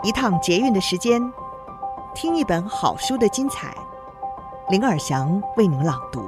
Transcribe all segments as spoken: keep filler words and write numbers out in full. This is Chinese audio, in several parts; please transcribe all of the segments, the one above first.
一趟捷运的时间，听一本好书的精彩。林尔祥为您朗读。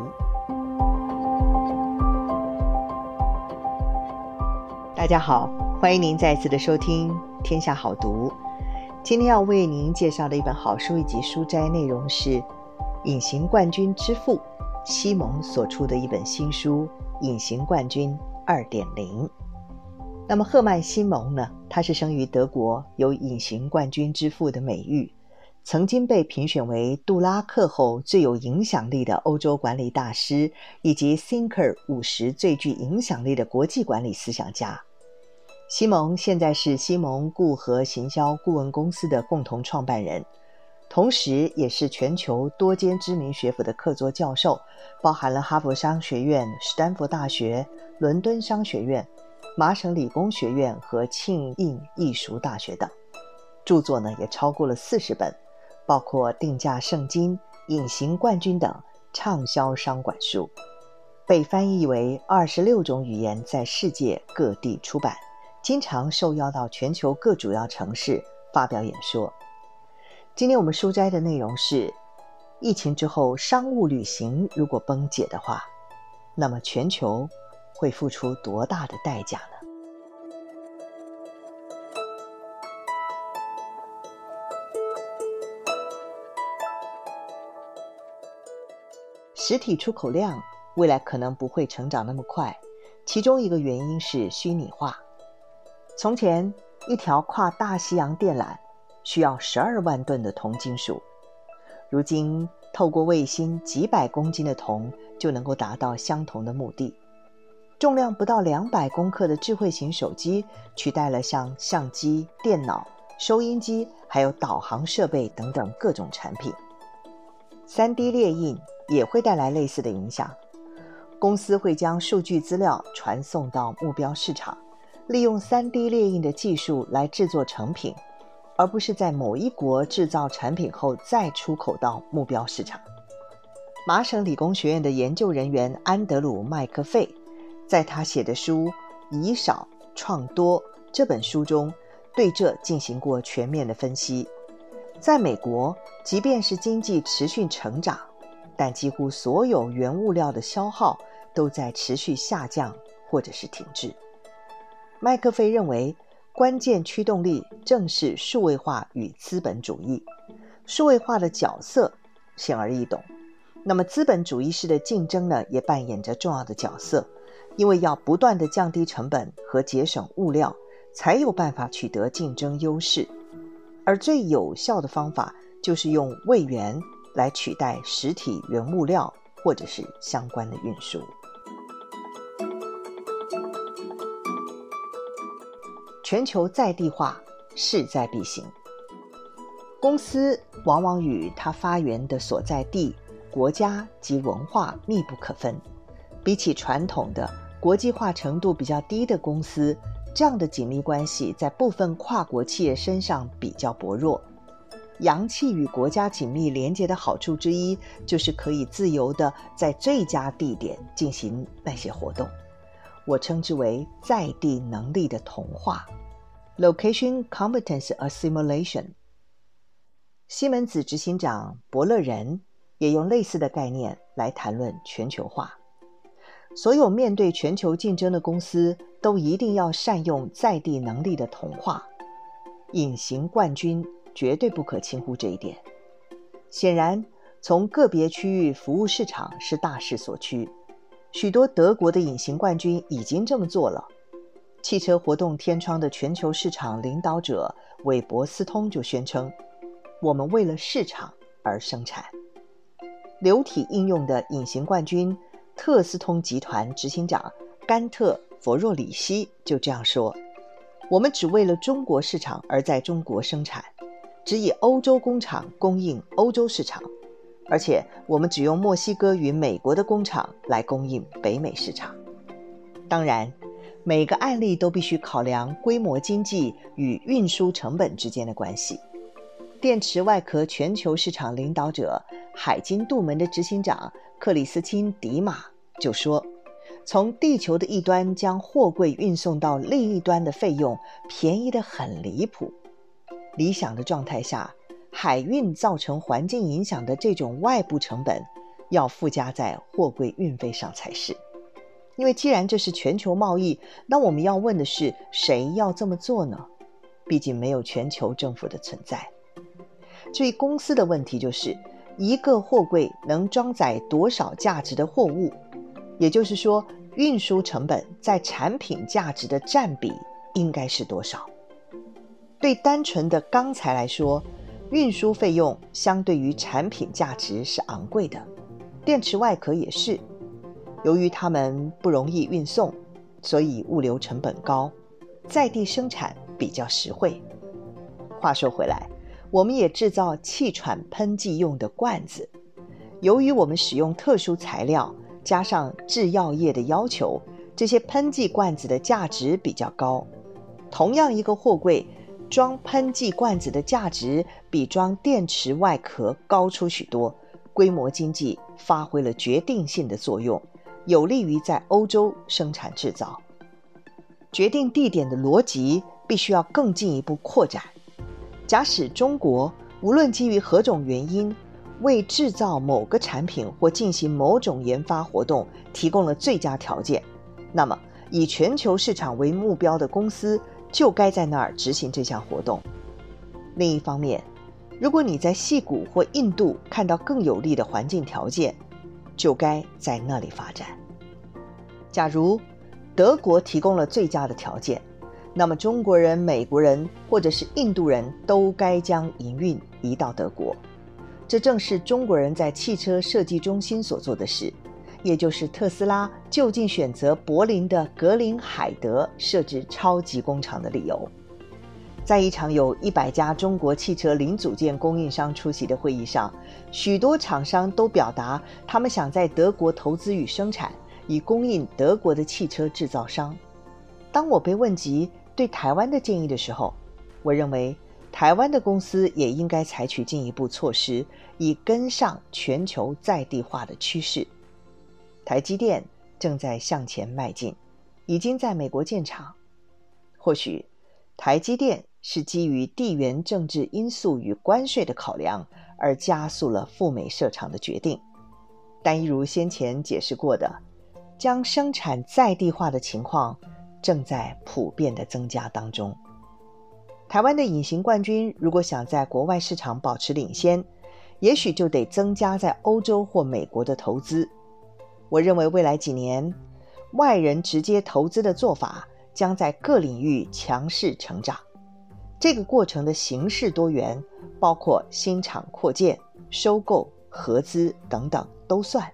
大家好，欢迎您再次的收听《天下好读》。今天要为您介绍的一本好书以及书斋内容是《隐形冠军之父》西蒙所出的一本新书《隐形冠军 二点零》。那么赫曼西蒙呢，他是生于德国，有隐形冠军之父的美誉，曾经被评选为杜拉克后最有影响力的欧洲管理大师，以及 Thinker 五十最具影响力的国际管理思想家。西蒙现在是西蒙顾和行销顾问公司的共同创办人，同时也是全球多间知名学府的客座教授，包含了哈佛商学院、史丹佛大学、伦敦商学院、麻省理工学院和庆应艺术大学等。著作呢也超过了四十本，包括定价圣经、隐形冠军等畅销商管书，被翻译为二十六种语言，在世界各地出版，经常受邀到全球各主要城市发表演说。今天我们书斋的内容是：疫情之后，商务旅行如果崩解的话，那么全球会付出多大的代价呢？实体出口量未来可能不会成长那么快，其中一个原因是虚拟化。从前，一条跨大西洋电缆需要十二万吨的铜金属，如今透过卫星，几百公斤的铜就能够达到相同的目的。重量不到两百公克的智慧型手机取代了像相机、电脑、收音机还有导航设备等等各种产品。 三 D 列印也会带来类似的影响，公司会将数据资料传送到目标市场，利用 三 D 列印的技术来制作成品，而不是在某一国制造产品后再出口到目标市场。麻省理工学院的研究人员安德鲁·麦克费在他写的书《以少创多》这本书中，对这进行过全面的分析。在美国，即便是经济持续成长，但几乎所有原物料的消耗都在持续下降或者是停滞。麦克费认为，关键驱动力正是数位化与资本主义。数位化的角色显而易懂，那么资本主义式的竞争呢，也扮演着重要的角色，因为要不断地降低成本和节省物料，才有办法取得竞争优势。而最有效的方法就是用位元来取代实体原物料或者是相关的运输。全球在地化势在必行，公司往往与它发源的所在地、国家及文化密不可分。比起传统的国际化程度比较低的公司，这样的紧密关系在部分跨国企业身上比较薄弱。洋气与国家紧密连接的好处之一，就是可以自由地在最佳地点进行那些活动。我称之为在地能力的同化 Location Competence Assimilation。 西门子执行长伯乐人也用类似的概念来谈论全球化。所有面对全球竞争的公司都一定要善用在地能力的同化，隐形冠军绝对不可轻忽这一点。显然，从个别区域服务市场是大势所趋，许多德国的隐形冠军已经这么做了。汽车活动天窗的全球市场领导者韦伯斯通就宣称，我们为了市场而生产。流体应用的隐形冠军特斯通集团执行长甘特·佛若里希就这样说，我们只为了中国市场而在中国生产，只以欧洲工厂供应欧洲市场，而且我们只用墨西哥与美国的工厂来供应北美市场。当然，每个案例都必须考量规模经济与运输成本之间的关系。电池外壳全球市场领导者海金杜门的执行长克里斯汀·迪马就说，从地球的一端将货柜运送到另一端的费用便宜得很离谱。 理想的状态下，海运造成环境影响的这种外部成本要附加在货柜运费上才是。因为既然这是全球贸易，那我们要问的是，谁要这么做呢？毕竟没有全球政府的存在。至于公司的问题，就是一个货柜能装载多少价值的货物，也就是说，运输成本在产品价值的占比应该是多少。对单纯的钢材来说，运输费用相对于产品价值是昂贵的，电池外壳也是。由于它们不容易运送，所以物流成本高，在地生产比较实惠。话说回来，我们也制造气喘喷剂用的罐子，由于我们使用特殊材料，加上制药业的要求，这些喷剂罐子的价值比较高。同样一个货柜，装喷剂罐子的价值比装电池外壳高出许多，规模经济发挥了决定性的作用，有利于在欧洲生产制造。决定地点的逻辑必须要更进一步扩展。假使中国无论基于何种原因，为制造某个产品或进行某种研发活动提供了最佳条件，那么以全球市场为目标的公司就该在那儿执行这项活动。另一方面，如果你在矽谷或印度看到更有利的环境条件，就该在那里发展。假如德国提供了最佳的条件，那么中国人、美国人或者是印度人都该将营运移到德国。这正是中国人在汽车设计中心所做的事，也就是特斯拉就近选择柏林的格林海德设置超级工厂的理由。在一场有一百家中国汽车零组件供应商出席的会议上，许多厂商都表达他们想在德国投资与生产，以供应德国的汽车制造商。当我被问及对台湾的建议的时候，我认为台湾的公司也应该采取进一步措施，以跟上全球在地化的趋势。台积电正在向前迈进，已经在美国建厂。或许台积电是基于地缘政治因素与关税的考量而加速了赴美设厂的决定，但一如先前解释过的，将生产在地化的情况正在普遍的增加当中。台湾的隐形冠军如果想在国外市场保持领先，也许就得增加在欧洲或美国的投资。我认为未来几年，外人直接投资的做法将在各领域强势成长。这个过程的形式多元，包括新厂扩建、收购、合资等等都算。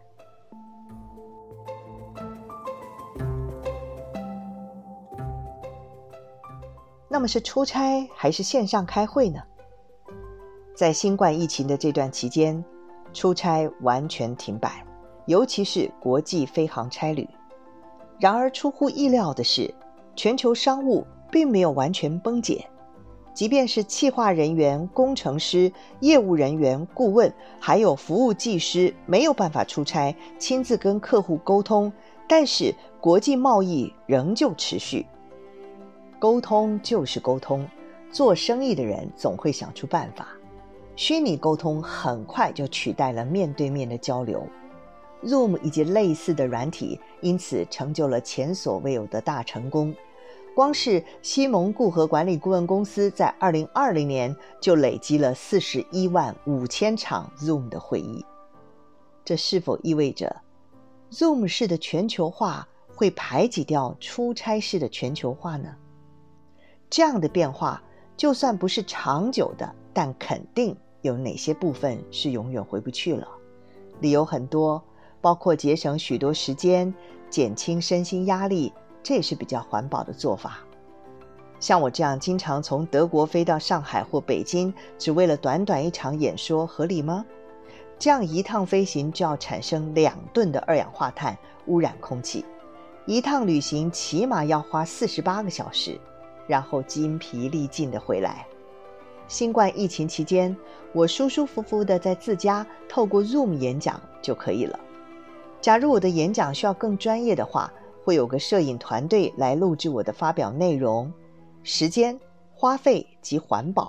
那么是出差还是线上开会呢？在新冠疫情的这段期间，出差完全停摆，尤其是国际飞航差旅。然而出乎意料的是，全球商务并没有完全崩解。即便是企划人员、工程师、业务人员、顾问，还有服务技师没有办法出差亲自跟客户沟通，但是国际贸易仍旧持续。沟通就是沟通，做生意的人总会想出办法。虚拟沟通很快就取代了面对面的交流。Zoom 以及类似的软体因此成就了前所未有的大成功。光是西蒙固和管理顾问公司在二零二零年就累积了四十一万五千场 Zoom 的会议。这是否意味着 Zoom 式的全球化会排挤掉出差式的全球化呢？这样的变化就算不是长久的，但肯定有哪些部分是永远回不去了。理由很多，包括节省许多时间，减轻身心压力，这也是比较环保的做法。像我这样经常从德国飞到上海或北京，只为了短短一场演说，合理吗？这样一趟飞行就要产生两吨的二氧化碳，污染空气。一趟旅行起码要花四十八个小时，然后筋疲力尽的回来。新冠疫情期间，我舒舒服服的在自家透过 Zoom 演讲就可以了。假如我的演讲需要更专业的话，会有个摄影团队来录制我的发表内容。时间、花费及环保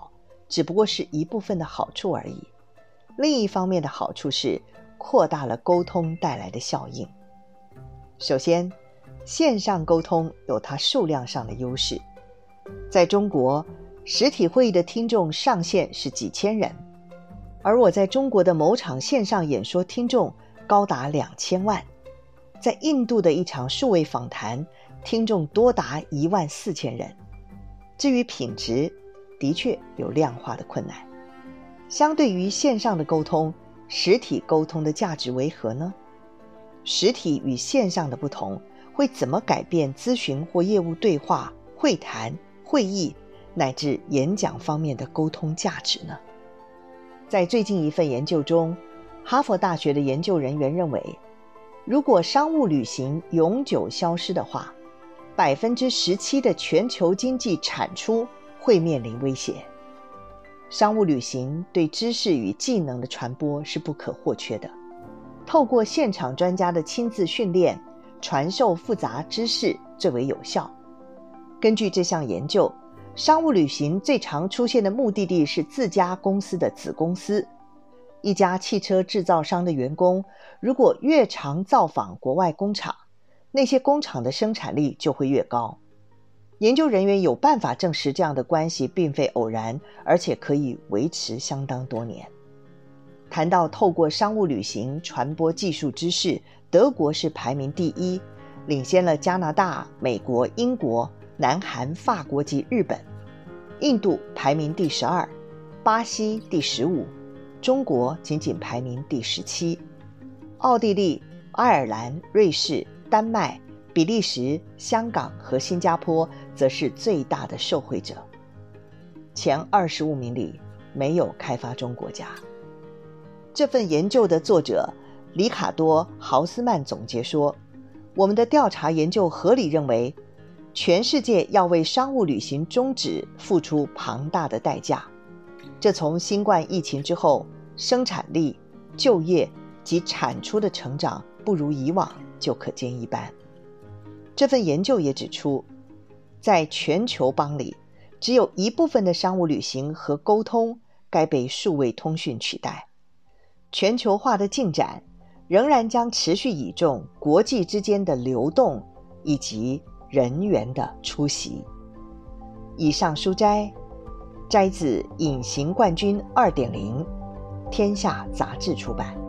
只不过是一部分的好处而已。另一方面的好处是扩大了沟通带来的效应。首先，线上沟通有它数量上的优势。在中国，实体会议的听众上限是几千人，而我在中国的某场线上演说听众高达两千万。在印度的一场数位访谈，听众多达一万四千人。至于品质，的确有量化的困难。相对于线上的沟通，实体沟通的价值为何呢？实体与线上的不同，会怎么改变咨询或业务对话、会谈、会议乃至演讲方面的沟通价值呢？在最近一份研究中，哈佛大学的研究人员认为，如果商务旅行永久消失的话，百分之十七的全球经济产出会面临威胁。商务旅行对知识与技能的传播是不可或缺的。透过现场专家的亲自训练，传授复杂知识最为有效。根据这项研究，商务旅行最常出现的目的地是自家公司的子公司。一家汽车制造商的员工如果越常造访国外工厂，那些工厂的生产力就会越高。研究人员有办法证实这样的关系并非偶然，而且可以维持相当多年。谈到透过商务旅行传播技术知识，德国是排名第一，领先了加拿大、美国、英国、南韩、法国及日本。印度排名第十二，巴西第十五，中国仅仅排名第十七。奥地利、爱尔兰、瑞士、丹麦、比利时、香港和新加坡则是最大的受惠者。前二十五名里没有开发中国家。这份研究的作者里卡多·豪斯曼总结说，我们的调查研究合理认为，全世界要为商务旅行终止付出庞大的代价。这从新冠疫情之后，生产力、就业及产出的成长不如以往就可见一斑。这份研究也指出，在全球邦里，只有一部分的商务旅行和沟通该被数位通讯取代。全球化的进展仍然将持续倚重国际之间的流动以及人员的出席。以上书摘摘自《隐形冠军 二点零》，天下杂志出版。